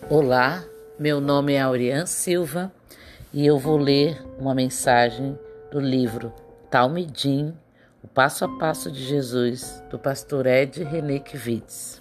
Olá, meu nome é Aurian Silva e eu vou ler uma mensagem do livro Talmidim, o passo a passo de Jesus, do pastor Ed René Kivitz.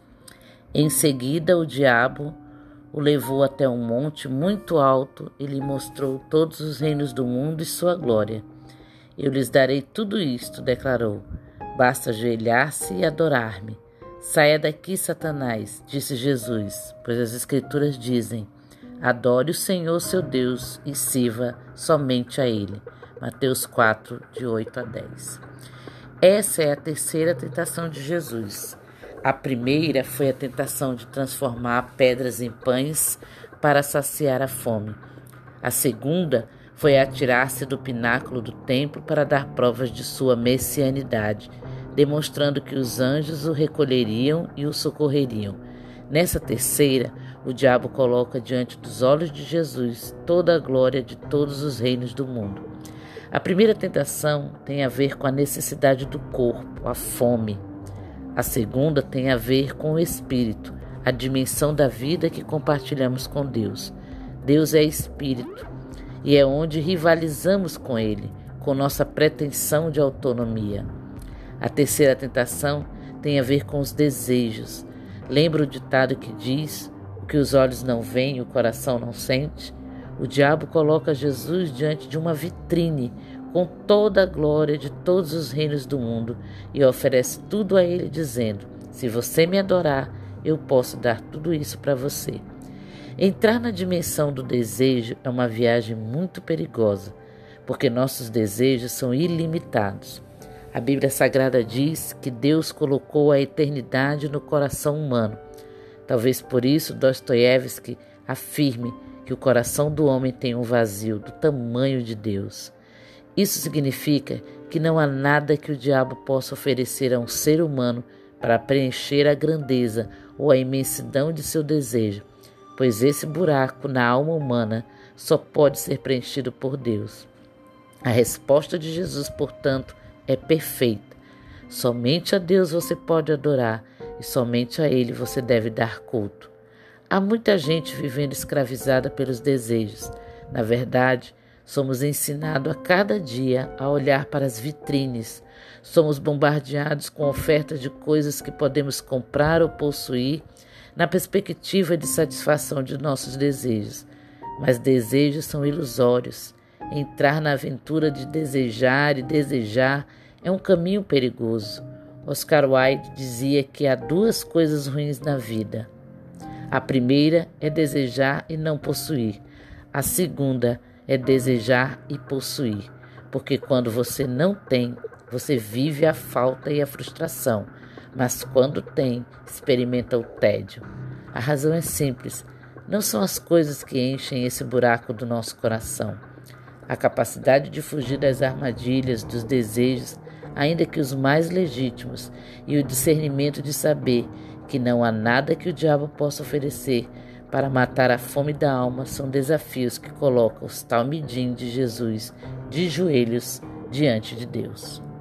Em seguida, o diabo o levou até um monte muito alto e lhe mostrou todos os reinos do mundo e sua glória. Eu lhes darei tudo isto, declarou. Basta ajoelhar-se e adorar-me. Saia daqui, Satanás, disse Jesus, pois as Escrituras dizem: adore o Senhor seu Deus e sirva somente a Ele. Mateus 4, de 8 a 10. Essa é a terceira tentação de Jesus. A primeira foi a tentação de transformar pedras em pães para saciar a fome. A segunda foi atirar-se do pináculo do templo para dar provas de sua messianidade, demonstrando que os anjos o recolheriam e o socorreriam. Nessa terceira, o diabo coloca diante dos olhos de Jesus toda a glória de todos os reinos do mundo. A primeira tentação tem a ver com a necessidade do corpo, a fome. A segunda tem a ver com o espírito, a dimensão da vida que compartilhamos com Deus. Deus é espírito e é onde rivalizamos com Ele, com nossa pretensão de autonomia. A terceira tentação tem a ver com os desejos. Lembra o ditado que diz: o que os olhos não veem, o coração não sente? O diabo coloca Jesus diante de uma vitrine com toda a glória de todos os reinos do mundo e oferece tudo a ele, dizendo: se você me adorar, eu posso dar tudo isso para você. Entrar na dimensão do desejo é uma viagem muito perigosa, porque nossos desejos são ilimitados. A Bíblia Sagrada diz que Deus colocou a eternidade no coração humano. Talvez por isso Dostoiévski afirme que o coração do homem tem um vazio do tamanho de Deus. Isso significa que não há nada que o diabo possa oferecer a um ser humano para preencher a grandeza ou a imensidão de seu desejo, pois esse buraco na alma humana só pode ser preenchido por Deus. A resposta de Jesus, portanto, é perfeita. Somente a Deus você pode adorar e somente a Ele você deve dar culto. Há muita gente vivendo escravizada pelos desejos. Na verdade, somos ensinados a cada dia a olhar para as vitrines. Somos bombardeados com ofertas de coisas que podemos comprar ou possuir na perspectiva de satisfação de nossos desejos. Mas desejos são ilusórios. Entrar na aventura de desejar e desejar é um caminho perigoso. Oscar Wilde dizia que há duas coisas ruins na vida. A primeira é desejar e não possuir. A segunda é desejar e possuir. Porque quando você não tem, você vive a falta e a frustração. Mas quando tem, experimenta o tédio. A razão é simples. Não são as coisas que enchem esse buraco do nosso coração. A capacidade de fugir das armadilhas, dos desejos, ainda que os mais legítimos, e o discernimento de saber que não há nada que o diabo possa oferecer para matar a fome da alma são desafios que colocam os talmidim de Jesus de joelhos diante de Deus.